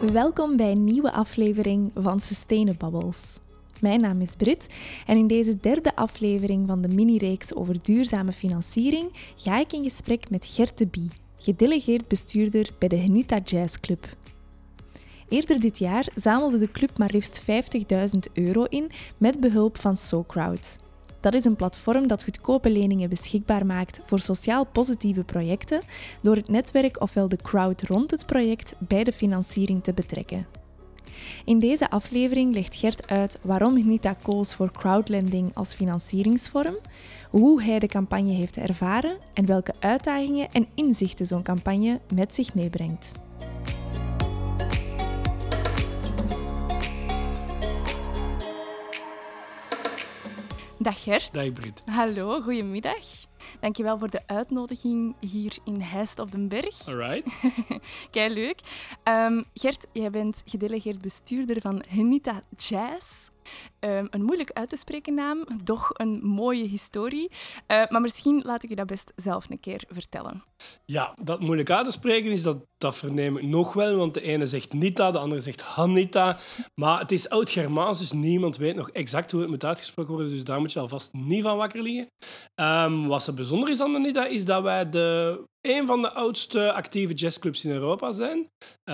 Welkom bij een nieuwe aflevering van Sustainabubbles. Mijn naam is Brit en in deze derde aflevering van de mini-reeks over duurzame financiering ga ik in gesprek met Gert de Bie, gedelegeerd bestuurder bij de Genita Jazz Club. Eerder dit jaar zamelde de club maar liefst €50.000 in met behulp van SoCrowd. Dat is een platform dat goedkope leningen beschikbaar maakt voor sociaal positieve projecten door het netwerk ofwel de crowd rond het project bij de financiering te betrekken. In deze aflevering legt Gert uit waarom Genita koos voor crowdlending als financieringsvorm, hoe hij de campagne heeft ervaren en welke uitdagingen en inzichten zo'n campagne met zich meebrengt. Dag Gert. Dag Brit. Hallo, goedemiddag. Dankjewel voor de uitnodiging hier in Heist op den Berg. Alright. Kei leuk. Gert, jij bent gedelegeerd bestuurder van Genita Jazz. Een moeilijk uit te spreken naam, doch een mooie historie. Maar misschien laat ik je dat best zelf een keer vertellen. Ja, dat moeilijk uit te spreken is, dat verneem ik nog wel, want de ene zegt Nita, de andere zegt Hanita. Maar het is oud-Germaans, dus niemand weet nog exact hoe het moet uitgesproken worden, dus daar moet je alvast niet van wakker liggen. Wat zo bijzonder is aan de Nita, is dat wij een van de oudste actieve jazzclubs in Europa zijn.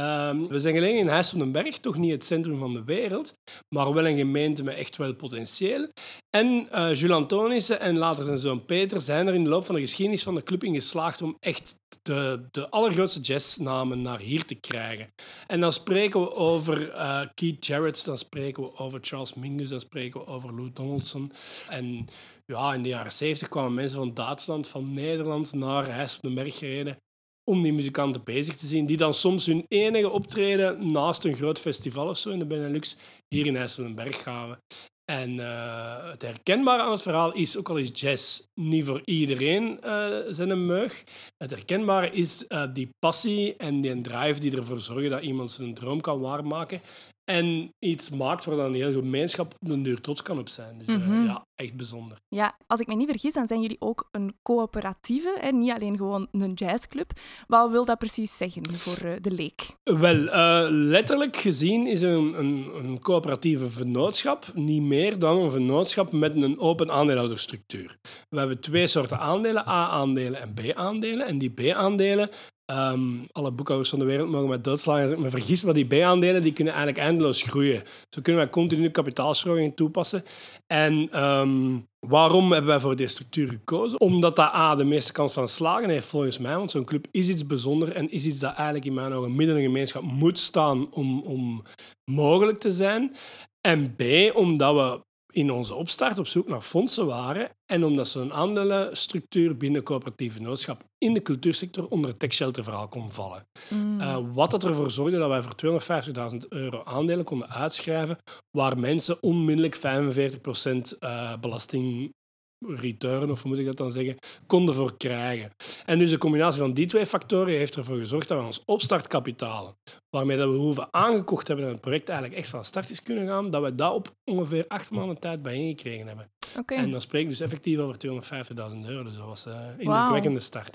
We zijn gelegen in Heist op den Berg, toch niet het centrum van de wereld, maar wel een gemeente met echt wel potentieel. En Jules Antonissen en later zijn zoon Peter zijn er in de loop van de geschiedenis van de club in geslaagd om echt de allergrootste jazznamen naar hier te krijgen. En dan spreken we over Keith Jarrett, dan spreken we over Charles Mingus, dan spreken we over Lou Donaldson. En ja, in de jaren 70 kwamen mensen van Duitsland, van Nederland naar Heist op den Berg gereden om die muzikanten bezig te zien, die dan soms hun enige optreden naast een groot festival of zo in de Benelux hier in Heist op den Berg gaven. En het herkenbare aan het verhaal is, ook al is jazz niet voor iedereen zijn een meug, het herkenbare is die passie en die drive die ervoor zorgen dat iemand zijn droom kan waarmaken en iets maakt waar dan een hele gemeenschap op den duur trots kan op zijn. Dus ja, echt bijzonder. Ja, als ik me niet vergis, dan zijn jullie ook een coöperatieve, hè? Niet alleen gewoon een jazzclub. Wat wil dat precies zeggen voor de leek? Wel, letterlijk gezien is een coöperatieve vennootschap niet meer dan een vennootschap met een open aandeelhoudersstructuur. We hebben twee soorten aandelen, A-aandelen en B-aandelen. En die B-aandelen, alle boekhouders van de wereld mogen mij doodslagen als ik me vergis, maar die B-aandelen die kunnen eigenlijk eindeloos groeien. Zo kunnen wij continu kapitaalsverhoging toepassen. En waarom hebben wij voor deze structuur gekozen? Omdat dat A, de meeste kans van slagen heeft volgens mij, want zo'n club is iets bijzonders en is iets dat eigenlijk in mijn ogen midden in een gemeenschap moet staan om mogelijk te zijn. En B, omdat we in onze opstart op zoek naar fondsen waren en omdat zo'n aandelenstructuur binnen coöperatieve vennootschap in de cultuursector onder het tax-shelter-verhaal kon vallen. Wat dat ervoor zorgde dat wij voor €250.000 aandelen konden uitschrijven, waar mensen onmiddellijk 45% belasting return, of hoe moet ik dat dan zeggen, konden voor krijgen. En dus de combinatie van die twee factoren heeft ervoor gezorgd dat we ons opstartkapitaal, waarmee dat we hoeven aangekocht hebben en het project eigenlijk echt van start is kunnen gaan, dat we dat op ongeveer 8 maanden tijd bijeengekregen hebben. Okay. En dan spreek ik dus effectief over €250.000. Dus dat was een indrukwekkende start.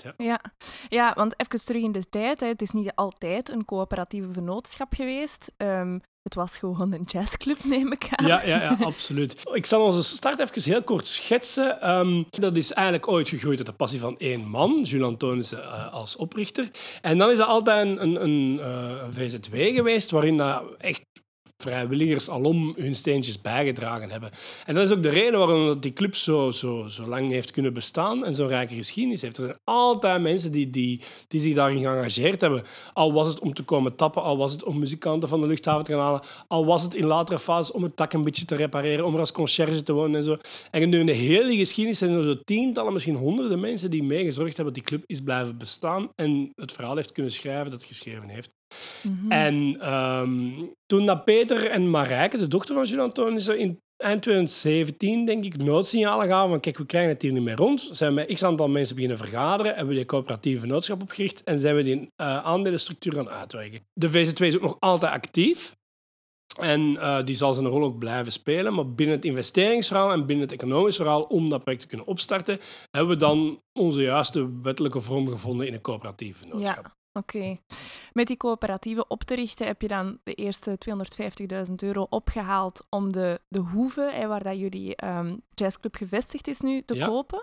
Ja, want even terug in de tijd. Hè. Het is niet altijd een coöperatieve vennootschap geweest. Het was gewoon een jazzclub, neem ik aan. Ja, absoluut. Ik zal onze start even heel kort schetsen. Dat is eigenlijk ooit gegroeid uit de passie van één man, Jules Antonissen als oprichter. En dan is dat altijd een VZW geweest, waarin dat echt vrijwilligers alom hun steentjes bijgedragen hebben. En dat is ook de reden waarom die club zo lang heeft kunnen bestaan en zo'n rijke geschiedenis heeft. Er zijn altijd mensen die zich daarin geëngageerd hebben. Al was het om te komen tappen, al was het om muzikanten van de luchthaven te gaan halen, al was het in latere fases om het dak een beetje te repareren, om er als conciërge te wonen en zo. En gedurende de hele geschiedenis zijn er zo tientallen, misschien honderden mensen die meegezorgd hebben dat die club is blijven bestaan en het verhaal heeft kunnen schrijven dat het geschreven heeft. En toen dat Peter en Marijke, de dochter van Jules Antonissen, in eind 2017, denk ik, noodsignalen gaven van kijk, we krijgen het hier niet meer rond, zijn we met x-aantal mensen beginnen vergaderen, hebben we die coöperatieve vennootschap opgericht en zijn we die aandelenstructuur gaan uitwerken. De VZ2 is ook nog altijd actief. En die zal zijn rol ook blijven spelen. Maar binnen het investeringsverhaal en binnen het economisch verhaal, om dat project te kunnen opstarten, hebben we dan onze juiste wettelijke vorm gevonden in een coöperatieve vennootschap. Ja. Oké. Met die coöperatieven op te richten heb je dan de eerste €250.000 opgehaald om de hoeve, waar dat jullie jazzclub gevestigd is nu, te kopen.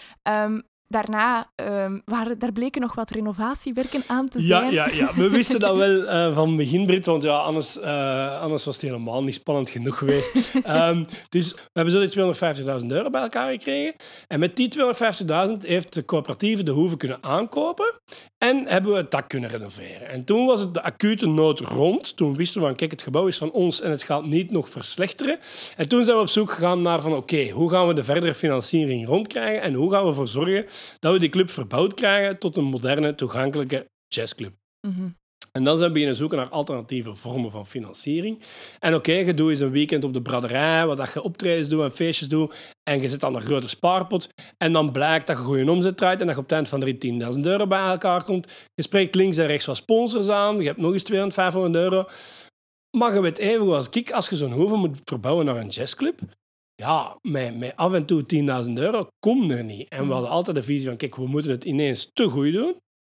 Daarna daar bleken nog wat renovatiewerken aan te zijn. Ja. We wisten dat wel van begin, Brit, want anders was het helemaal niet spannend genoeg geweest. Dus we hebben zo die €250.000 bij elkaar gekregen. En met die €250.000 heeft de coöperatieve de hoeve kunnen aankopen en hebben we het dak kunnen renoveren. En toen was het de acute nood rond. Toen wisten we van, kijk, het gebouw is van ons en het gaat niet nog verslechteren. En toen zijn we op zoek gegaan naar van, oké, hoe gaan we de verdere financiering rondkrijgen en hoe gaan we ervoor zorgen dat we die club verbouwd krijgen tot een moderne, toegankelijke jazzclub. Mm-hmm. En dan zijn we beginnen zoeken naar alternatieve vormen van financiering. En je doet eens een weekend op de braderij, wat je optredens doet en feestjes doet, en je zit dan een grote spaarpot. En dan blijkt dat je goede omzet draait en dat je op het eind van de rit €10.000 bij elkaar komt. Je spreekt links en rechts wat sponsors aan, je hebt nog eens €200, €500. Maar je weet even als ik, als je zo'n hoeve moet verbouwen naar een jazzclub, ja, met af en toe €10.000 komt er niet. En we hadden altijd de visie van, kijk, we moeten het ineens te goed doen.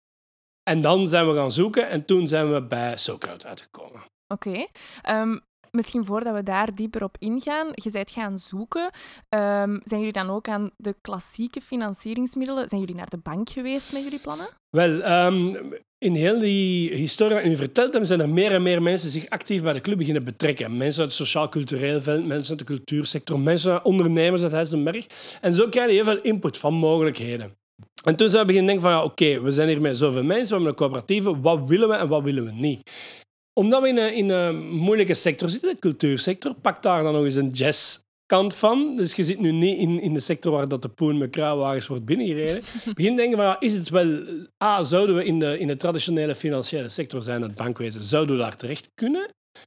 En dan zijn we gaan zoeken en toen zijn we bij Sokraut uitgekomen. Oké. Misschien voordat we daar dieper op ingaan, je bent gaan zoeken. Zijn jullie dan ook aan de klassieke financieringsmiddelen? Zijn jullie naar de bank geweest met jullie plannen? Wel, in heel die historie die je verteld hebben, zijn er meer en meer mensen zich actief bij de club beginnen betrekken. Mensen uit het sociaal-cultureel veld, mensen uit de cultuursector, mensen, ondernemers uit Heisenberg. En zo krijg je heel veel input van mogelijkheden. En toen zijn we beginnen denken van, oké, we zijn hier met zoveel mensen, we hebben een coöperatieve, wat willen we en wat willen we niet? Omdat we in een moeilijke sector zitten, de cultuursector, pak daar dan nog eens een jazzkant van. Dus je zit nu niet in de sector waar dat de poen met kruiwagens wordt binnengereden. Begin denken van, is het wel... zouden we in de traditionele financiële sector zijn, het bankwezen, zouden we daar terecht kunnen?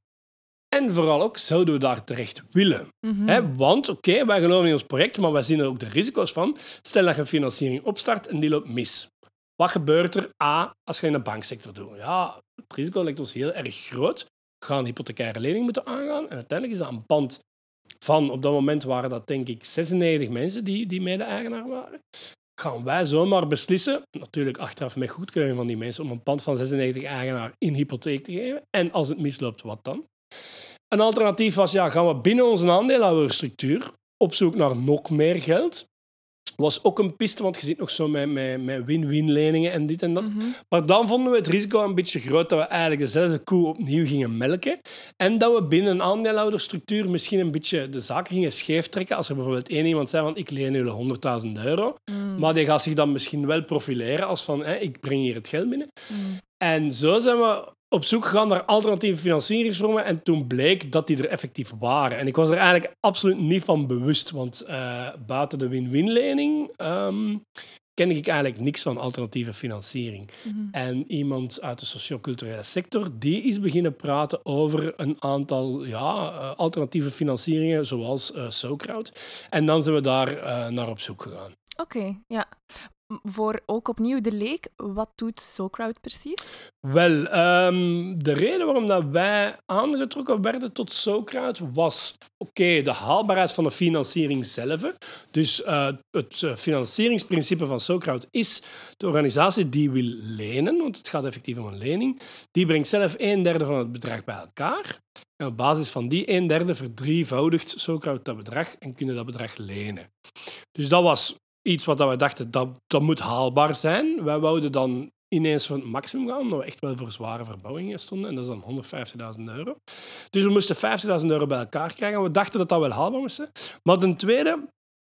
En vooral ook, zouden we daar terecht willen? Mm-hmm. Want, oké, wij geloven in ons project, maar wij zien er ook de risico's van. Stel dat je een financiering opstart en die loopt mis. Wat gebeurt er, als je in de banksector doet? Ja, het risico lijkt ons heel erg groot. We gaan een hypothecaire lening moeten aangaan. En uiteindelijk is dat een pand van, op dat moment waren dat denk ik 96 mensen die mede-eigenaar waren. Gaan wij zomaar beslissen, natuurlijk achteraf met goedkeuring van die mensen, om een pand van 96 eigenaar in hypotheek te geven? En als het misloopt, wat dan? Een alternatief was, gaan we binnen onze aandeelhoudersstructuur op zoek naar nog meer geld. Was ook een piste, want je zit nog zo met win-win leningen en dit en dat. Mm-hmm. Maar dan vonden we het risico een beetje groot dat we eigenlijk dezelfde koe opnieuw gingen melken. En dat we binnen een aandeelhoudersstructuur misschien een beetje de zaken gingen scheef trekken. Als er bijvoorbeeld één iemand zei van, ik leen jullie €100.000. Maar die gaat zich dan misschien wel profileren als van, ik breng hier het geld binnen. En zo zijn we op zoek gegaan naar alternatieve financieringsvormen en toen bleek dat die er effectief waren. En ik was er eigenlijk absoluut niet van bewust, want buiten de win-win-lening kende ik eigenlijk niks van alternatieve financiering. Mm-hmm. En iemand uit de socio-culturele sector, die is beginnen praten over een aantal alternatieve financieringen, zoals Sokraut. En dan zijn we daar naar op zoek gegaan. Oké, ja. Voor ook opnieuw de leek, wat doet Sokraut precies? Wel, de reden waarom dat wij aangetrokken werden tot Sokraut was de haalbaarheid van de financiering zelf. Dus het financieringsprincipe van Sokraut is de organisatie die wil lenen, want het gaat effectief om een lening, die brengt zelf 1/3 van het bedrag bij elkaar. En op basis van die 1/3 verdrievoudigt Sokraut dat bedrag en kunnen dat bedrag lenen. Dus dat was iets wat we dachten, dat moet haalbaar zijn. Wij wouden dan ineens voor het maximum gaan, omdat we echt wel voor zware verbouwingen stonden. En dat is dan €150.000. Dus we moesten €50.000 bij elkaar krijgen. We dachten dat dat wel haalbaar moest zijn. Maar ten tweede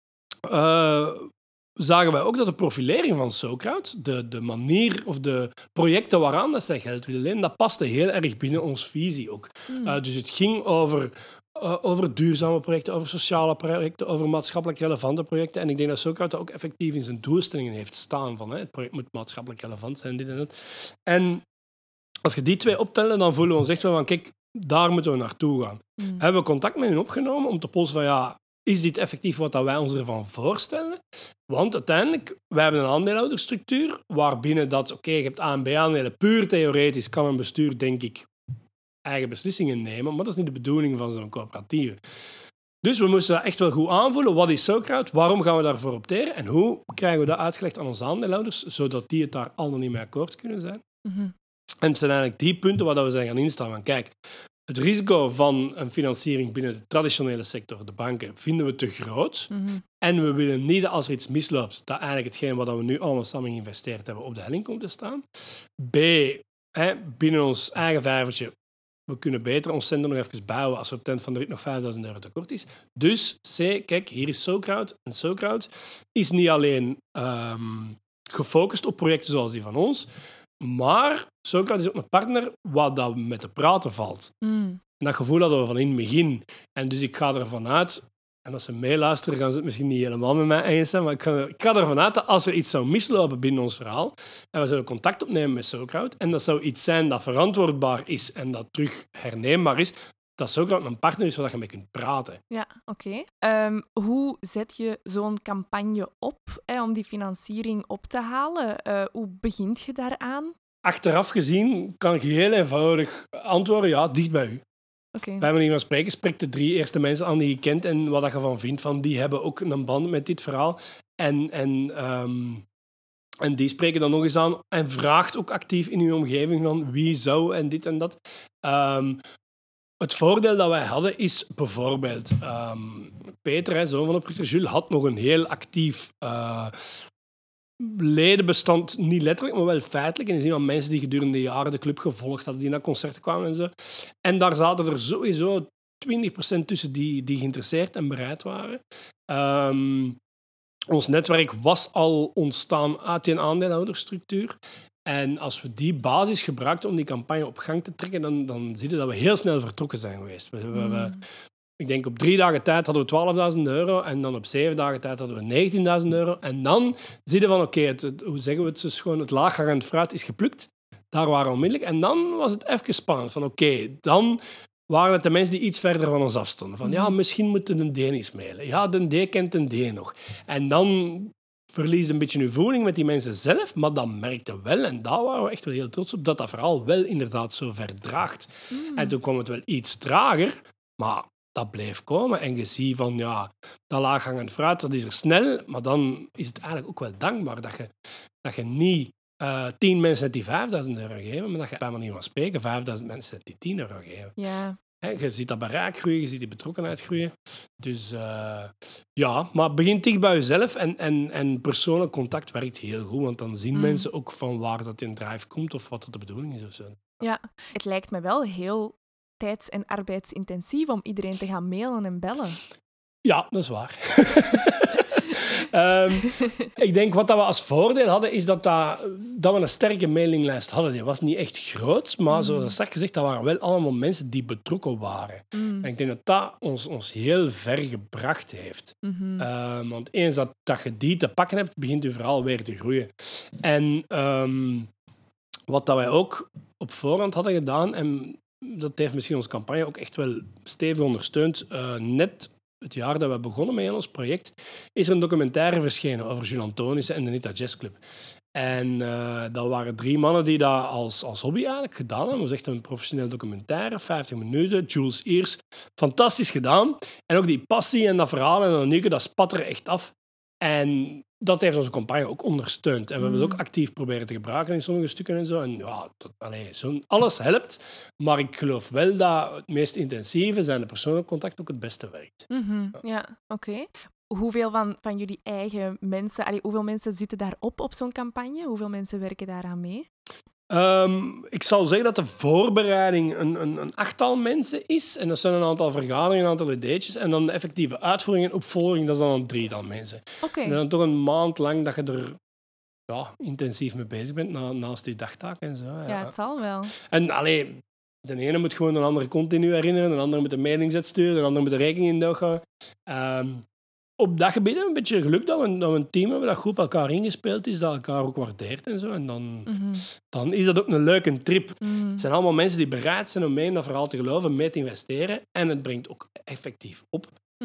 zagen wij ook dat de profilering van Sokraut, de manier of de projecten waaraan dat zij geld willen lenen, dat paste heel erg binnen onze visie ook. Dus het ging over duurzame projecten, over sociale projecten, over maatschappelijk relevante projecten. En ik denk dat Sokraut dat ook effectief in zijn doelstellingen heeft staan. Van, het project moet maatschappelijk relevant zijn, dit en dat. En als je die twee optellen, dan voelen we ons echt wel van, kijk, daar moeten we naartoe gaan. Hebben we contact met hen opgenomen om te polsen van, is dit effectief wat wij ons ervan voorstellen? Want uiteindelijk, wij hebben een aandeelhoudersstructuur, waarbinnen dat, je hebt A en B-aandelen. Puur theoretisch kan een bestuur, denk ik, eigen beslissingen nemen, maar dat is niet de bedoeling van zo'n coöperatieve. Dus we moesten dat echt wel goed aanvoelen. Wat is Sokraut? Waarom gaan we daarvoor opteren? En hoe krijgen we dat uitgelegd aan onze aandeelhouders, zodat die het daar allemaal niet mee akkoord kunnen zijn? Mm-hmm. En het zijn eigenlijk die punten waar we zijn gaan instaan. Van, kijk, het risico van een financiering binnen de traditionele sector, de banken, vinden we te groot. En we willen niet dat als er iets misloopt, dat eigenlijk hetgeen wat we nu allemaal samen geïnvesteerd hebben op de helling komt te staan. B, binnen ons eigen vijvertje, we kunnen beter ons centen nog even bouwen als er op het eind van de rit nog €5.000 tekort is. Dus C, kijk, hier is SoCrowd. En SoCrowd is niet alleen gefocust op projecten zoals die van ons, maar SoCrowd is ook een partner waar dat met de praten valt. En dat gevoel hadden we van in het begin. En dus ik ga ervan uit, en als ze meeluisteren gaan ze het misschien niet helemaal met mij eens zijn, maar ik ga ervan uit dat als er iets zou mislopen binnen ons verhaal, en we zouden contact opnemen met SoCrowd, en dat zou iets zijn dat verantwoordbaar is en dat terug herneembaar is, dat SoCrowd een partner is waar je mee kunt praten. Ja, oké. Hoe zet je zo'n campagne op om die financiering op te halen? Hoe begint je daaraan? Achteraf gezien kan ik heel eenvoudig antwoorden, ja, dicht bij u. Okay. Bij manier van spreken, spreek de 3 eerste mensen aan die je kent en wat je ervan vindt. Van, die hebben ook een band met dit verhaal. En die spreken dan nog eens aan en vraagt ook actief in uw omgeving van wie zou en dit en dat. Het voordeel dat wij hadden is bijvoorbeeld Peter, zoon van oprichter Jules, had nog een heel actief ledenbestand, niet letterlijk, maar wel feitelijk. In de zin van mensen die gedurende de jaren de club gevolgd hadden, die naar concerten kwamen en zo. En daar zaten er sowieso 20% tussen die geïnteresseerd en bereid waren. Ons netwerk was al ontstaan uit die aandeelhoudersstructuur. En als we die basis gebruikten om die campagne op gang te trekken, dan zie je dat we heel snel vertrokken zijn geweest. Ik denk op 3 dagen tijd hadden we €12.000 en dan op 7 dagen tijd hadden we €19.000. En dan zie je van, oké, hoe zeggen we het zo schoon, het laaghangend fruit is geplukt. Daar waren we onmiddellijk. En dan was het even spannend. Van oké, dan waren het de mensen die iets verder van ons afstonden. Van ja, misschien moeten een D eens mailen. Ja, de D kent een D nog. En dan verlies je een beetje je voeling met die mensen zelf, maar dan merkte wel, en daar waren we echt wel heel trots op, dat dat verhaal wel inderdaad zo ver draagt. En toen kwam het wel iets trager, maar dat bleef komen. En je ziet van, ja, dat laaghangend fruit, dat is er snel, maar dan is het eigenlijk ook wel dankbaar dat je niet 10 mensen die €5.000 geven, maar dat je bij manier van spreken 5.000 mensen die €10 geven. Ja. Je ziet dat bereik groeien, je ziet die betrokkenheid groeien. Dus ja, maar begin dicht bij jezelf en persoonlijk contact werkt heel goed, want dan zien mensen ook van waar dat in drive komt of wat dat de bedoeling is of zo. Ja, het lijkt me wel heel tijds- en arbeidsintensief om iedereen te gaan mailen en bellen. Ja, dat is waar. Ik denk wat dat we als voordeel hadden, is dat we een sterke mailinglijst hadden. Die was niet echt groot, maar zoals straks gezegd, dat waren wel allemaal mensen die betrokken waren. En ik denk dat dat ons heel ver gebracht heeft. Want eens dat je die te pakken hebt, begint je verhaal weer te groeien. En wat dat wij ook op voorhand hadden gedaan, en dat heeft misschien onze campagne ook echt wel stevig ondersteund, net het jaar dat we begonnen met ons project, is er een documentaire verschenen over Jules Antonissen en de Nita Jazz Club. En dat waren 3 mannen die dat als hobby eigenlijk gedaan hebben. Dat was echt een professioneel documentaire, 50 minuten, Jules Eers. Fantastisch gedaan. En ook die passie en dat verhaal en dat unieke, dat spat er echt af. En dat heeft onze campagne ook ondersteund. En we hebben het ook actief proberen te gebruiken in sommige stukken en zo. En ja, alles helpt. Maar ik geloof wel dat het meest intensieve zijn de persoonlijke contact ook het beste werkt. Ja, oké. Hoeveel van jullie eigen mensen, hoeveel mensen zitten daarop op zo'n campagne? Hoeveel mensen werken daaraan mee? Ik zal zeggen dat de voorbereiding een 8-tal mensen is. En dat zijn een aantal vergaderingen, een aantal ideetjes. En dan de effectieve uitvoering en opvolging, dat is dan een 3-tal mensen. Okay. En dan toch een maand lang dat je er intensief mee bezig bent, naast je dagtaak en zo. Ja, het zal wel. En de ene moet gewoon de andere continu herinneren, de andere moet een mailingzet sturen, de andere moet de rekening in de oog houden. Op dat gebied hebben we een beetje geluk dat we een team hebben dat goed op elkaar ingespeeld is, dat elkaar ook waardeert en zo. En dan is dat ook een leuke trip. Het zijn allemaal mensen die bereid zijn om mee in dat verhaal te geloven, mee te investeren. En het brengt ook effectief op.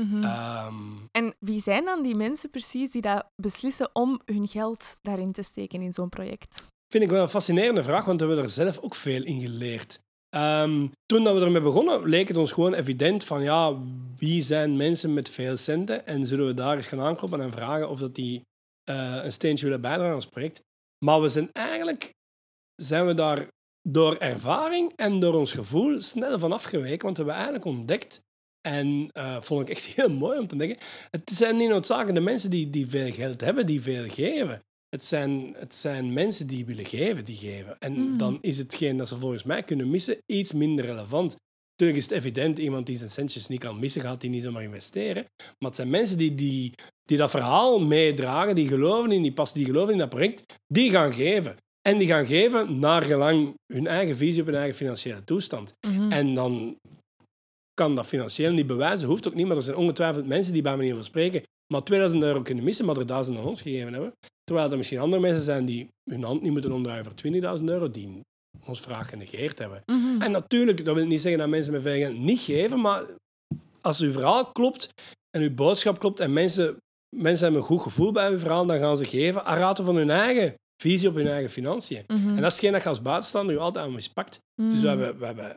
En wie zijn dan die mensen precies die dat beslissen om hun geld daarin te steken in zo'n project? Vind ik wel een fascinerende vraag, want we hebben er zelf ook veel in geleerd. Toen dat we ermee begonnen, leek het ons gewoon evident van ja, wie zijn mensen met veel centen en zullen we daar eens gaan aankloppen en vragen of dat die een steentje willen bijdragen aan ons project. Maar zijn we daar door ervaring en door ons gevoel snel van afgeweken, want we hebben eigenlijk ontdekt, en vond ik echt heel mooi om te denken, het zijn niet noodzakelijk de mensen die veel geld hebben, die veel geven. Het zijn mensen die willen geven, die geven. En dan is hetgeen dat ze volgens mij kunnen missen iets minder relevant. Natuurlijk is het evident, iemand die zijn centjes niet kan missen, gaat die niet zomaar investeren. Maar het zijn mensen die dat verhaal meedragen, die geloven in die passie, die geloven in dat project, die gaan geven. En die gaan geven naar gelang hun eigen visie op hun eigen financiële toestand. En dan kan dat financieel niet bewijzen, hoeft ook niet, maar er zijn ongetwijfeld mensen die bij me niet over spreken, maar €2000 kunnen missen, maar er 1000 aan ons gegeven hebben. Terwijl er misschien andere mensen zijn die hun hand niet moeten omdraaien voor €20.000, die ons vraag genegeerd hebben. En natuurlijk, dat wil niet zeggen dat mensen met veel geld niet geven, maar als uw verhaal klopt en uw boodschap klopt en mensen hebben een goed gevoel bij uw verhaal, dan gaan ze geven aan raad van hun eigen visie op hun eigen financiën. En dat is hetgeen dat je als buitenstaander je altijd aan mispakt. Dus we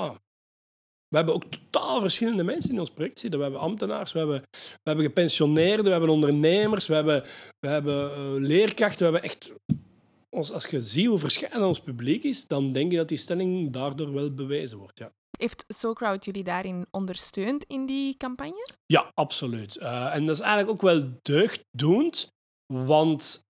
hebben ook totaal verschillende mensen in ons project zitten. We hebben ambtenaars, we hebben gepensioneerden, we hebben ondernemers, we hebben leerkrachten. We hebben echt... Als je ziet hoe verschillend ons publiek is, dan denk je dat die stelling daardoor wel bewezen wordt. Ja. Heeft SoCrowd jullie daarin ondersteund in die campagne? Ja, absoluut. En dat is eigenlijk ook wel deugddoend, want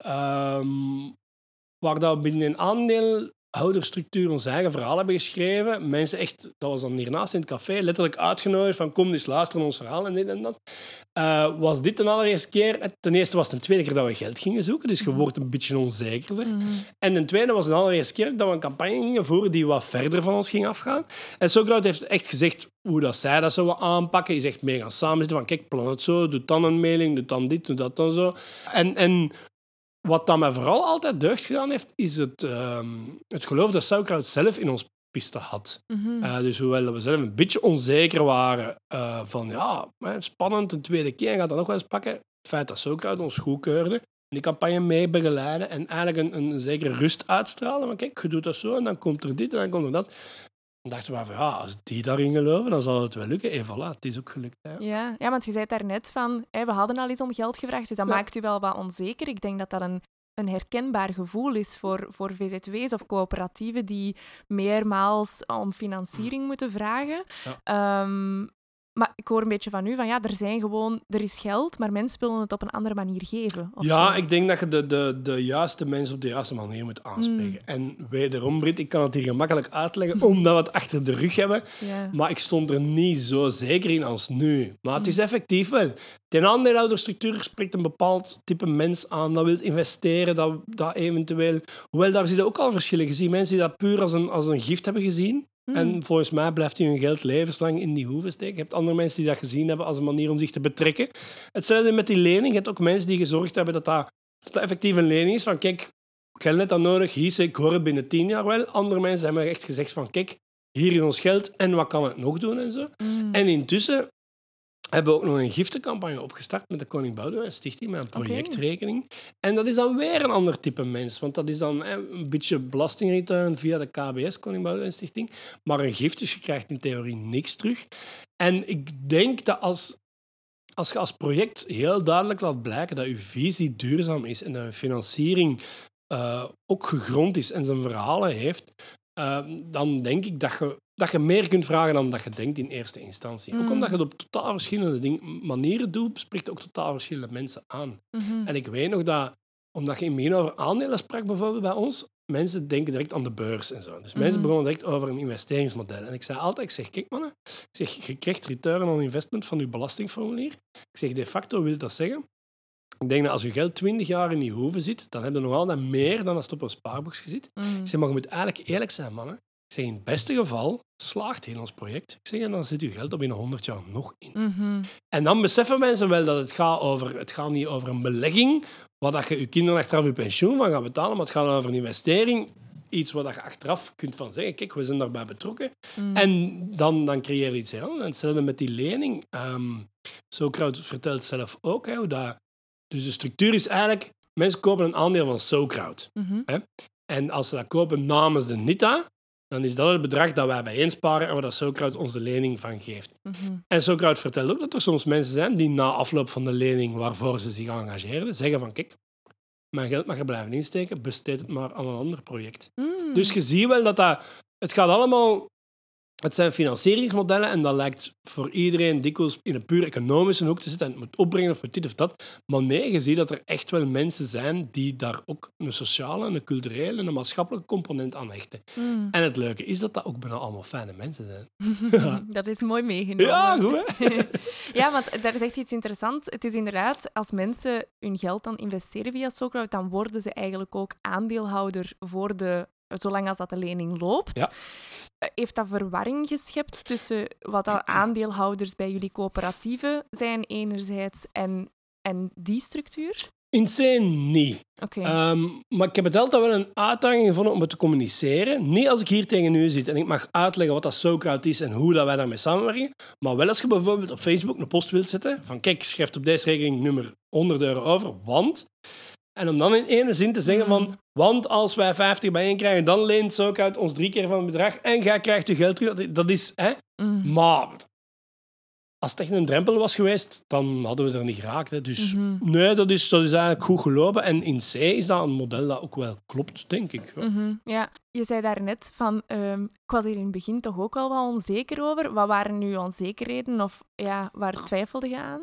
waar dat we binnen een aandeelhouderstructuur ons eigen verhaal hebben geschreven, mensen echt, dat was dan hiernaast in het café, letterlijk uitgenodigd van kom eens luisteren naar ons verhaal en dit en dat. Was dit de allereerste keer. Ten eerste was het de tweede keer dat we geld gingen zoeken, dus je wordt een beetje onzekerder. En de tweede was de allereerste keer dat we een campagne gingen voeren die wat verder van ons ging afgaan. En SoCrowd heeft echt gezegd hoe dat zij dat zouden aanpakken. Je zegt mee gaan samenzitten van kijk, plan het zo, doe dan een mailing, doe dan dit, doe dat dan zo. En wat dat mij vooral altijd deugd gedaan heeft, is het geloof dat SoCrowd zelf in ons piste had. Dus hoewel we zelf een beetje onzeker waren van ja, spannend, een tweede keer gaat dat nog wel eens pakken. Het feit dat SoCrowd ons goedkeurde, die campagne mee begeleiden en eigenlijk een zekere rust uitstralen. Maar kijk, je doet dat zo en dan komt er dit en dan komt er dat. Dan dachten we van ja, als die daarin geloven, dan zal het wel lukken. En voilà, het is ook gelukt. Hè. Ja, want je zei daarnet van, we hadden al eens om geld gevraagd, dus dat maakt u wel wat onzeker. Ik denk dat dat een herkenbaar gevoel is voor VZW's of coöperatieven die meermaals om financiering moeten vragen. Ja. Maar ik hoor een beetje van u van ja, er is geld, maar mensen willen het op een andere manier geven. Ja, ik denk dat je de juiste mensen op de juiste manier moet aanspreken. En wederom, Brit, ik kan het hier gemakkelijk uitleggen, omdat we het achter de rug hebben. Ja. Maar ik stond er niet zo zeker in als nu. Maar het is effectief wel. De aandeelhouderstructuur spreekt een bepaald type mens aan dat wil investeren, dat eventueel... Hoewel, daar zitten ook al verschillen gezien. Mensen die dat puur als een gift hebben gezien. En volgens mij blijft hij hun geld levenslang in die hoeven steken. Je hebt andere mensen die dat gezien hebben als een manier om zich te betrekken. Hetzelfde met die lening. Je hebt ook mensen die gezorgd hebben dat effectief een lening is. Van kijk, ik heb net dat nodig. Hier, ik hoor het binnen 10 jaar wel. Andere mensen hebben echt gezegd van kijk, hier is ons geld en wat kan het nog doen en zo. En intussen hebben we ook nog een giftencampagne opgestart met de Koning Boudewijn Stichting, met een projectrekening. En dat is dan weer een ander type mens, want dat is dan een beetje belastingreturn via de KBS, Koning Boudewijn Stichting, maar een gift, dus je krijgt in theorie niks terug. En ik denk dat als je als project heel duidelijk laat blijken dat je visie duurzaam is en dat je financiering ook gegrond is en zijn verhalen heeft, dan denk ik dat je meer kunt vragen dan dat je denkt in eerste instantie. Ook omdat je het op totaal verschillende manieren doet, spreekt ook totaal verschillende mensen aan. En ik weet nog dat, omdat je in het begin over aandelen sprak bijvoorbeeld bij ons, mensen denken direct aan de beurs en zo. Dus mensen begonnen direct over een investeringsmodel. En ik zei altijd, kijk mannen, je krijgt return on investment van je belastingformulier. Ik zeg, de facto wil dat zeggen, ik denk dat als je geld 20 jaar in die hoeven zit, dan heb je nog altijd meer dan als het op een spaarboekje zit. Ik zeg, maar je moet eigenlijk eerlijk zijn, mannen. Ik zeg, in het beste geval slaagt heel ons project. Ik zeg, en dan zit je geld op in 100 jaar nog in. En dan beseffen mensen wel dat het gaat niet over een belegging, waar je kinderen achteraf je pensioen van gaat betalen, maar het gaat over een investering. Iets waar je achteraf kunt van zeggen, kijk, we zijn daarbij betrokken. En dan creëer je iets heel anders. En hetzelfde met die lening. SoCrowd vertelt zelf ook hoe dat... Dus de structuur is eigenlijk, mensen kopen een aandeel van SoCrowd. En als ze dat kopen namens de NITA, dan is dat het bedrag dat wij bijeensparen en waar dat SoCrowd ons de lening van geeft. En SoCrowd vertelt ook dat er soms mensen zijn die na afloop van de lening waarvoor ze zich engageerden, zeggen van kijk, mijn geld mag er blijven insteken, besteed het maar aan een ander project. Dus je ziet wel dat het gaat allemaal... Het zijn financieringsmodellen en dat lijkt voor iedereen dikwijls in een puur economische hoek te zitten en het moet opbrengen of met dit of dat. Maar nee, je ziet dat er echt wel mensen zijn die daar ook een sociale, een culturele en een maatschappelijke component aan hechten. En het leuke is dat ook bijna allemaal fijne mensen zijn. Dat is mooi meegenomen. Ja, goed hè? Ja, want daar zegt iets interessants. Het is inderdaad, als mensen hun geld dan investeren via SoCrowd, dan worden ze eigenlijk ook aandeelhouder voor zolang als dat de lening loopt. Ja. Heeft dat verwarring geschept tussen wat dat aandeelhouders bij jullie coöperatieven zijn enerzijds en die structuur? In C niet. Okay. Maar ik heb het altijd wel een uitdaging gevonden om het te communiceren. Niet als ik hier tegen u zit en ik mag uitleggen wat dat SoCrowd is en hoe dat wij daarmee samenwerken. Maar wel als je bijvoorbeeld op Facebook een post wilt zetten van kijk, schrijf op deze rekening nummer €100 over, want... En om dan in ene zin te zeggen van... Want als wij 50 bijeen krijgen, dan leent SoCrowd ons 3 keer van het bedrag en jij krijgt je geld terug. Dat is... Hè? Maar als het echt een drempel was geweest, dan hadden we er niet geraakt. Hè. Dus nee, dat is eigenlijk goed gelopen. En in C is dat een model dat ook wel klopt, denk ik. Ja, je zei daarnet van... ik was hier in het begin toch ook wel wat onzeker over. Wat waren nu onzekerheden of ja, waar twijfelde je aan?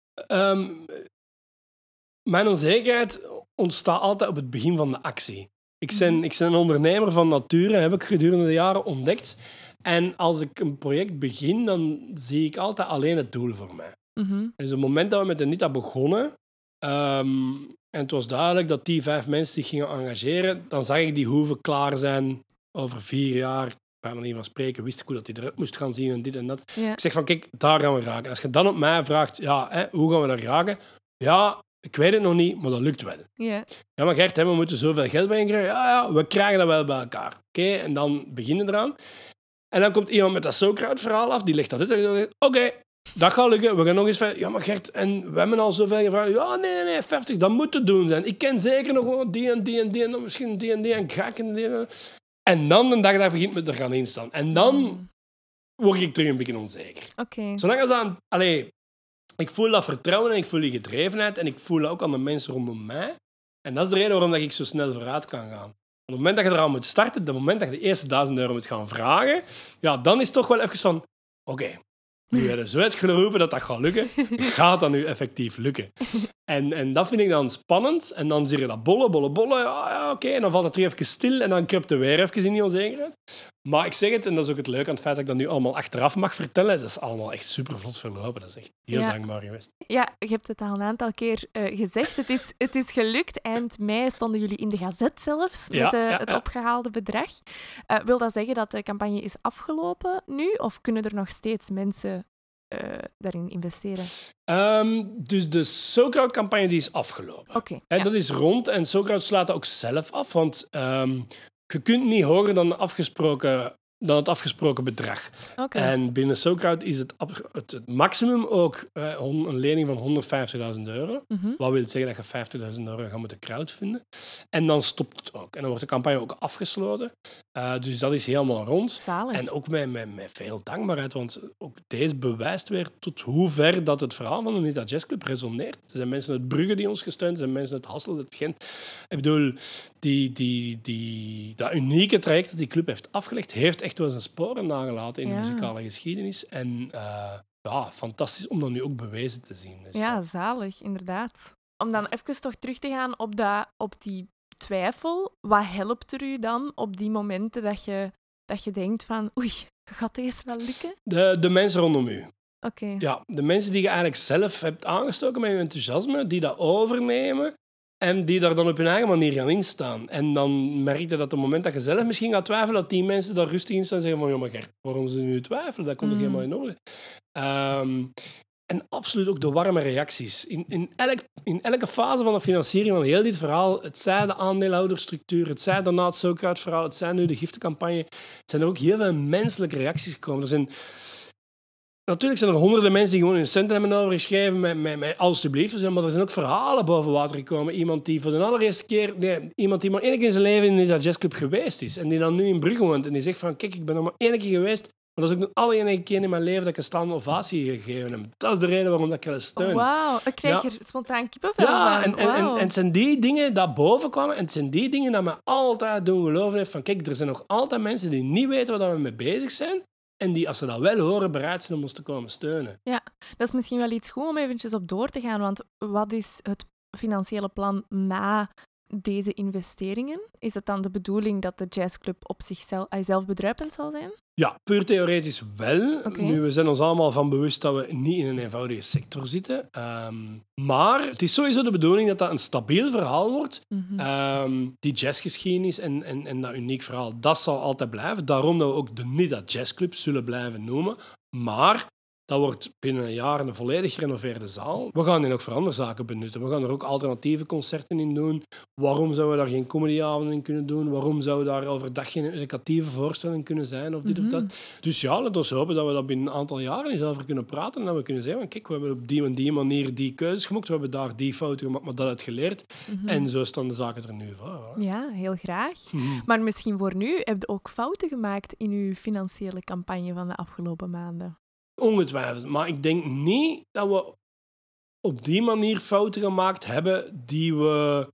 Mijn onzekerheid ontstaat altijd op het begin van de actie. Ik ben een ondernemer van nature, heb ik gedurende de jaren ontdekt. En als ik een project begin, dan zie ik altijd alleen het doel voor mij. En dus op het moment dat we met Anita begonnen, en het was duidelijk dat die 5 mensen zich gingen engageren, dan zag ik die hoeven klaar zijn over 4 jaar. Bij manier van spreken wist ik hoe dat die eruit moest gaan zien en dit en dat. Ja. Ik zeg van, kijk, daar gaan we geraken. Als je dan op mij vraagt, ja, hoe gaan we daar geraken? Ja... Ik weet het nog niet, maar dat lukt wel. Yeah. Ja, maar Gert, we moeten zoveel geld bij je krijgen. Ja, we krijgen dat wel bij elkaar. Oké, en dan beginnen we eraan. En dan komt iemand met dat SoCrowd-verhaal af, die legt dat uit. Oké, dat gaat lukken. We gaan nog eens... Ja, maar Gert, en we hebben al zoveel gevraagd. Ja, nee, 50, dat moet te doen zijn. Ik ken zeker nog wel die en die en die en misschien die en die en graag en die. En dan de dag dat begint met er gaan instaan. En dan word ik terug een beetje onzeker. Okay. Zolang als dat... Ik voel dat vertrouwen en ik voel die gedrevenheid en ik voel dat ook aan de mensen rondom mij. En dat is de reden waarom ik zo snel vooruit kan gaan. Op het moment dat je eraan moet starten, op het moment dat je de eerste €1000 moet gaan vragen, ja, dan is het toch wel even van... Oké, nu heb je zo uitgeroepen dat dat gaat lukken. Gaat dat nu effectief lukken? En dat vind ik dan spannend. En dan zie je dat bollen. Ja, oké. En dan valt het terug even stil en dan kruipt er weer even in die onzekerheid. Maar ik zeg het, en dat is ook het leuke aan het feit dat ik dat nu allemaal achteraf mag vertellen. Dat is allemaal echt super vlot verlopen. Dat is echt heel dankbaar geweest. Ja, je hebt het al een aantal keer gezegd. Het is gelukt. Eind mei stonden jullie in de Gazet zelfs met het opgehaalde bedrag. Wil dat zeggen dat de campagne is afgelopen nu? Of kunnen er nog steeds mensen daarin investeren? Dus de SoCrowd-campagne die is afgelopen. Okay, dat is rond en SoCrowd slaat dat ook zelf af, want je kunt niet hoger dan het afgesproken bedrag. Okay. En binnen SoCrowd is het maximum ook een lening van €150.000. Wat wil zeggen dat je €50.000 gaat moeten crowdfunden. En dan stopt het ook. En dan wordt de campagne ook afgesloten. Dus dat is helemaal rond. Zalig. En ook met veel dankbaarheid, want ook deze bewijst weer tot hoe ver dat het verhaal van de Anita Jazz Club resoneert. Er zijn mensen uit Brugge die ons gesteund, er zijn mensen uit Hasselt, uit Gent. Ik bedoel, dat unieke traject dat die club heeft afgelegd, heeft echt wel zijn sporen nagelaten in de muzikale geschiedenis. En fantastisch om dat nu ook bewezen te zien. Dus, ja, zalig, inderdaad. Om dan even toch terug te gaan op die twijfel. Wat helpt er u dan op die momenten dat je denkt van oei, gaat deze wel lukken? De mensen rondom u. Okay. Ja, de mensen die je eigenlijk zelf hebt aangestoken met je enthousiasme, die dat overnemen en die daar dan op hun eigen manier gaan instaan. En dan merk je dat op het moment dat je zelf misschien gaat twijfelen, dat die mensen daar rustig in staan en zeggen van, ja, maar Gert, waarom ze nu twijfelen? Dat komt toch helemaal in orde. En absoluut ook de warme reacties. In elke fase van de financiering van heel dit verhaal, het zij de aandeelhoudersstructuur, het zij daarna het SoCrowd-verhaal, het zij nu de giftencampagne, zijn er ook heel veel menselijke reacties gekomen. Natuurlijk zijn er honderden mensen die gewoon hun centen hebben overgeschreven met alsjeblieft, maar er zijn ook verhalen boven water gekomen. Iemand die voor de allereerste keer, iemand die maar één keer in zijn leven in de jazzclub geweest is en die dan nu in Brugge woont en die zegt van, kijk, ik ben nog maar één keer geweest, Maar dat is ook de allereerste keer in mijn leven dat ik een staande ovatie gegeven heb. Dat is de reden waarom ik je steun. Wauw, ik krijg er spontaan kippenvel van. En het zijn die dingen dat boven kwamen. En het zijn die dingen dat me altijd doen geloven heeft van kijk, er zijn nog altijd mensen die niet weten waar we mee bezig zijn. En die, als ze dat wel horen, bereid zijn om ons te komen steunen. Ja, dat is misschien wel iets goed om eventjes op door te gaan. Want wat is het financiële plan na deze investeringen? Is het dan de bedoeling dat de jazzclub op zichzelf zelfbedruipend zal zijn? Ja, puur theoretisch wel. Okay. Nu, we zijn ons allemaal van bewust dat we niet in een eenvoudige sector zitten. Maar het is sowieso de bedoeling dat dat een stabiel verhaal wordt. Die jazzgeschiedenis en dat uniek verhaal, dat zal altijd blijven. Daarom dat we ook de NIDA Jazzclub zullen blijven noemen. Maar dat wordt binnen een jaar een volledig gerenoveerde zaal. We gaan die ook voor andere zaken benutten. We gaan er ook alternatieve concerten in doen. Waarom zouden we daar geen comedyavonden in kunnen doen? Waarom zou daar overdag geen educatieve voorstelling kunnen zijn? Of dit of dat. Dus ja, laten we hopen dat we dat binnen een aantal jaren eens over kunnen praten. En dat we kunnen zeggen, van, kijk, we hebben op die en die manier die keuzes gemaakt. We hebben daar die fouten gemaakt, maar dat uit geleerd. En zo staan de zaken er nu voor. Hoor. Ja, heel graag. Maar misschien voor nu, heb je ook fouten gemaakt in uw financiële campagne van de afgelopen maanden? Ongetwijfeld. Maar ik denk niet dat we op die manier fouten gemaakt hebben die we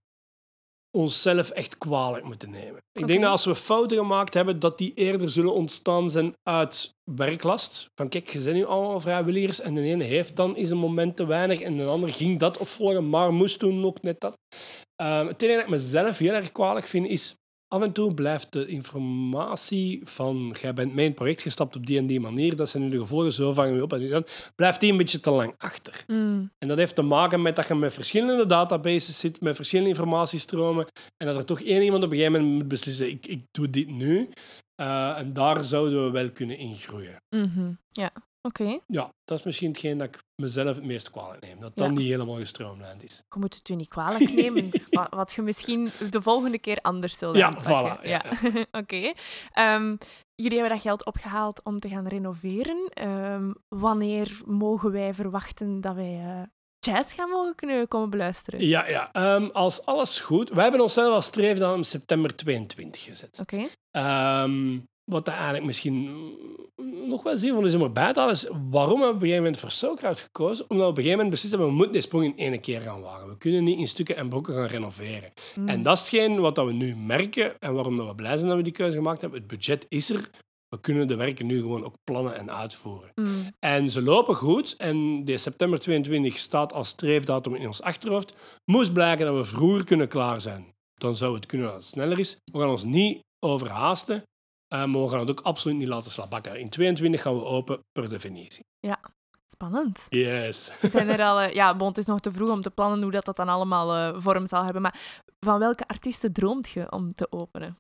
onszelf echt kwalijk moeten nemen. Ik denk dat als we fouten gemaakt hebben, dat die eerder zullen ontstaan zijn uit werklast. Van kijk, je bent nu allemaal vrijwilligers en de ene heeft dan eens een moment te weinig en de ander ging dat opvolgen, maar moest toen ook net dat. Het enige dat ik mezelf heel erg kwalijk vind is af en toe blijft de informatie van jij bent mee in het project gestapt op die en die manier, dat zijn nu de gevolgen, zo vangen we op en dan blijft die een beetje te lang achter. En dat heeft te maken met dat je met verschillende databases zit, met verschillende informatiestromen en dat er toch één iemand op een gegeven moment moet beslissen, ik doe dit nu. En daar zouden we wel kunnen ingroeien. Ja, oké. Ja, dat is misschien hetgeen dat ik mezelf het meest kwalijk neem. Dat dat niet helemaal gestroomlijnd is. Je moet het je niet kwalijk nemen. Wat je misschien de volgende keer anders zult aanpakken. Voilà, ja. Oké. Jullie hebben dat geld opgehaald om te gaan renoveren. Wanneer mogen wij verwachten dat wij jazz gaan mogen kunnen komen beluisteren? Ja. Als alles goed... Wij hebben onszelf als streefdatum september 22 gezet. Oké. Wat dat eigenlijk misschien nog wel zinvol is om erbij te halen, is waarom hebben we op een gegeven moment voor Socraat gekozen? Omdat we op een gegeven moment beslist hebben, we moeten deze sprong in één keer gaan wagen. We kunnen niet in stukken en brokken gaan renoveren. En dat is hetgeen wat we nu merken en waarom we blij zijn dat we die keuze gemaakt hebben. Het budget is er. We kunnen de werken nu gewoon ook plannen en uitvoeren. En ze lopen goed. En de september 22 staat als streefdatum in ons achterhoofd. Moest blijken dat we vroeger kunnen klaar zijn. Dan zou het kunnen dat het sneller is. We gaan ons niet overhaasten. Maar we gaan het ook absoluut niet laten slabakken. In 22 gaan we open, per definitie. Ja, spannend. Yes. Zijn er al... het is nog te vroeg om te plannen hoe dat dan allemaal vorm zal hebben. Maar van welke artiesten droomt je om te openen?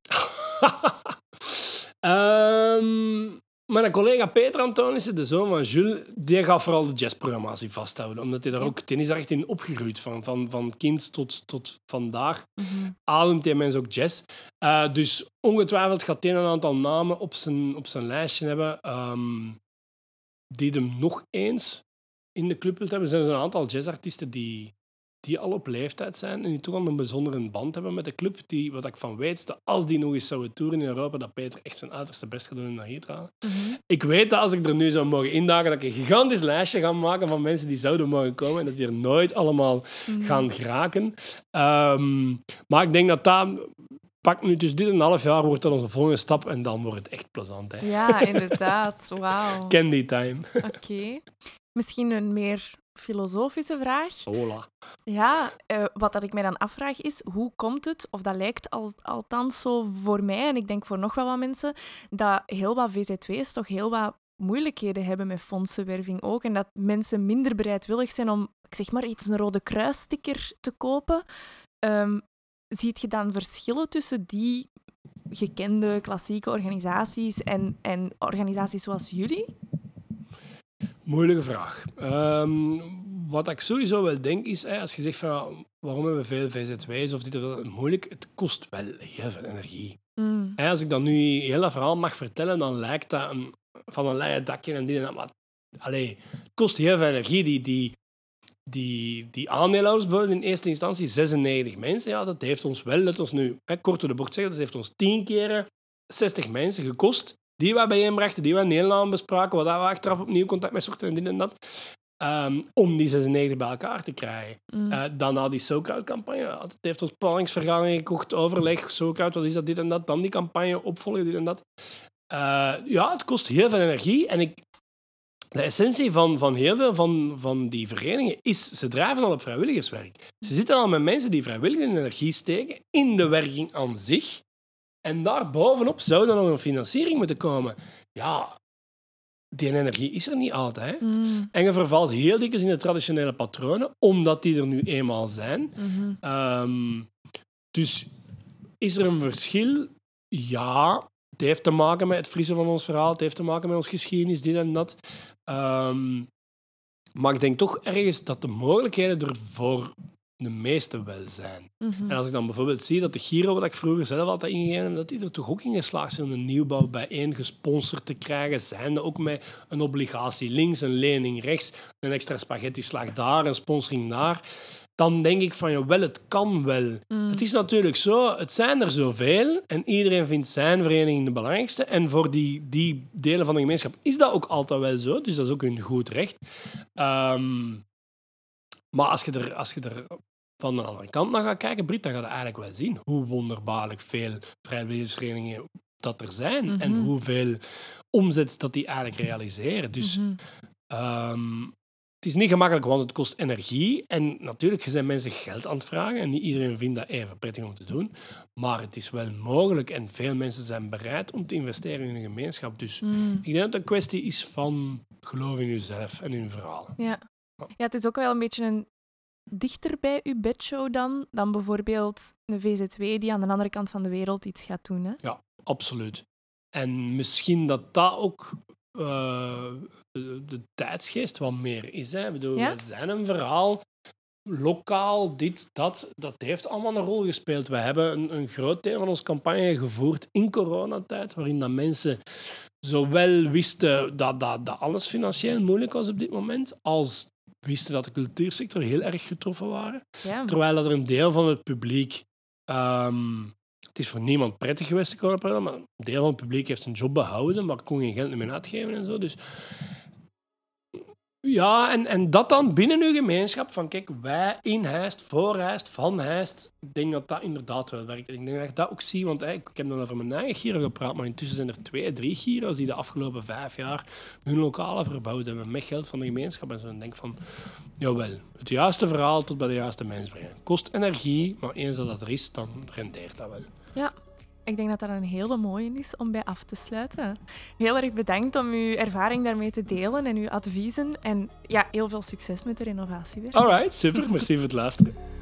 Mijn collega Peter Antonissen, de zoon van Jules, die gaat vooral de jazzprogrammatie vasthouden. Omdat hij daar ook... Die is daar echt in opgegroeid. Van kind tot vandaag. Ademt hij mensen ook jazz. Dus ongetwijfeld gaat hij een aantal namen op zijn lijstje hebben die hem nog eens in de club wilt hebben. Er zijn een aantal jazzartiesten die al op leeftijd zijn en die toch al een bijzondere band hebben met de club. Die, wat ik van weet, dat als die nog eens zouden toeren in Europa, dat Peter echt zijn uiterste best gaat doen om naar hier te halen. Ik weet dat als ik er nu zou mogen indagen, dat ik een gigantisch lijstje ga maken van mensen die zouden mogen komen en dat die er nooit allemaal gaan geraken. Maar ik denk dat pak nu dus dit 1,5 jaar, wordt dat onze volgende stap en dan wordt het echt plezant. Hè. Ja, inderdaad. Wauw. Candy time. Oké. Misschien een meer filosofische vraag. Hola. Ja, wat dat ik mij dan afvraag is, hoe komt het, of dat lijkt althans zo voor mij, en ik denk voor nog wel wat mensen, dat heel wat VZW's toch heel wat moeilijkheden hebben met fondsenwerving ook, en dat mensen minder bereidwillig zijn om, ik zeg maar iets, een Rode Kruissticker te kopen. Ziet je dan verschillen tussen die gekende klassieke organisaties en organisaties zoals jullie? Moeilijke vraag. Wat ik sowieso wel denk is, als je zegt van waarom hebben we veel VZW's of dit of dat, moeilijk, het kost wel heel veel energie. Als ik dan nu heel dat verhaal mag vertellen, dan lijkt dat van een leien dakje en dit en dat. Maar het kost heel veel energie. Die aandeelhouders bijvoorbeeld in eerste instantie, 96 mensen, ja, dat heeft ons wel, let ons nu kort door de bocht zeggen, dat heeft ons 10 keer 60 mensen gekost. die we bijeenbrachten, die we in Nederland bespraken, wat we achteraf opnieuw contact met zochten en dit en dat. Om die 96 bij elkaar te krijgen. Dan na die SoCrowd-campagne. Het heeft ons planningsvergadering gekocht, overleg, SoCrowd, wat is dat, dit en dat. Dan die campagne, opvolgen, dit en dat. Het kost heel veel energie. En de essentie van heel veel van die verenigingen is, ze drijven al op vrijwilligerswerk. Ze zitten al met mensen die vrijwillig hun energie steken in de werking aan zich. En daarbovenop zou dan nog een financiering moeten komen. Ja, die energie is er niet altijd. En je vervalt heel dikwijls in de traditionele patronen, omdat die er nu eenmaal zijn. Dus is er een verschil? Ja, het heeft te maken met het vriezen van ons verhaal, het heeft te maken met ons geschiedenis, dit en dat. Maar ik denk toch ergens dat de mogelijkheden er voor de meeste wel zijn. En als ik dan bijvoorbeeld zie dat de Giro, wat ik vroeger zelf altijd ingegeven heb, dat die er toch ook in geslaagd zijn om een nieuwbouw bijeen gesponsord te krijgen, zijnde ook met een obligatie links, een lening rechts, een extra spaghetti-slag daar, een sponsoring daar. Dan denk ik van, jawel, het kan wel. Het is natuurlijk zo, het zijn er zoveel en iedereen vindt zijn vereniging de belangrijkste. En voor die delen van de gemeenschap is dat ook altijd wel zo, dus dat is ook hun goed recht. Maar als je er van de andere kant naar gaat kijken, Brit, dan ga je eigenlijk wel zien hoe wonderbaarlijk veel vrijwilligersverenigingen dat er zijn en hoeveel omzet dat die eigenlijk realiseren. Dus het is niet gemakkelijk, want het kost energie. En natuurlijk zijn mensen geld aan het vragen en niet iedereen vindt dat even prettig om te doen. Maar het is wel mogelijk en veel mensen zijn bereid om te investeren in hun gemeenschap. Dus ik denk dat het een kwestie is van geloof in jezelf en in je verhaal. Ja, het is ook wel een beetje een dichter bij uw bedshow dan bijvoorbeeld een VZW die aan de andere kant van de wereld iets gaat doen. Hè? Ja, absoluut. En misschien dat ook de tijdsgeest wat meer is. Hè. Ik bedoel, we zijn een verhaal, lokaal, dat heeft allemaal een rol gespeeld. We hebben een groot deel van onze campagne gevoerd in coronatijd, waarin dat mensen zowel wisten dat alles financieel moeilijk was op dit moment, als wisten dat de cultuursector heel erg getroffen waren. Ja. Terwijl dat er een deel van het publiek... het is voor niemand prettig geweest, de coronaperiode, maar een deel van het publiek heeft zijn job behouden, maar kon geen geld meer uitgeven en zo. Dus ja, en dat dan binnen uw gemeenschap, van kijk, wij in Heist, voor Heist, van Heist, ik denk dat dat inderdaad wel werkt. Ik denk dat ik dat ook zie, want ik heb dan over mijn eigen Giro gepraat, maar intussen zijn er 2, 3 Giro's die de afgelopen 5 jaar hun lokalen verbouwd hebben met geld van de gemeenschap en zo. En ik denk van, jawel, het juiste verhaal tot bij de juiste mens brengen. Kost energie, maar eens dat er is, dan rendeert dat wel. Ja. Ik denk dat dat een hele mooie is om bij af te sluiten. Heel erg bedankt om uw ervaring daarmee te delen en uw adviezen. En ja, heel veel succes met de renovatiewerk. Alright, super. Merci voor het luisteren.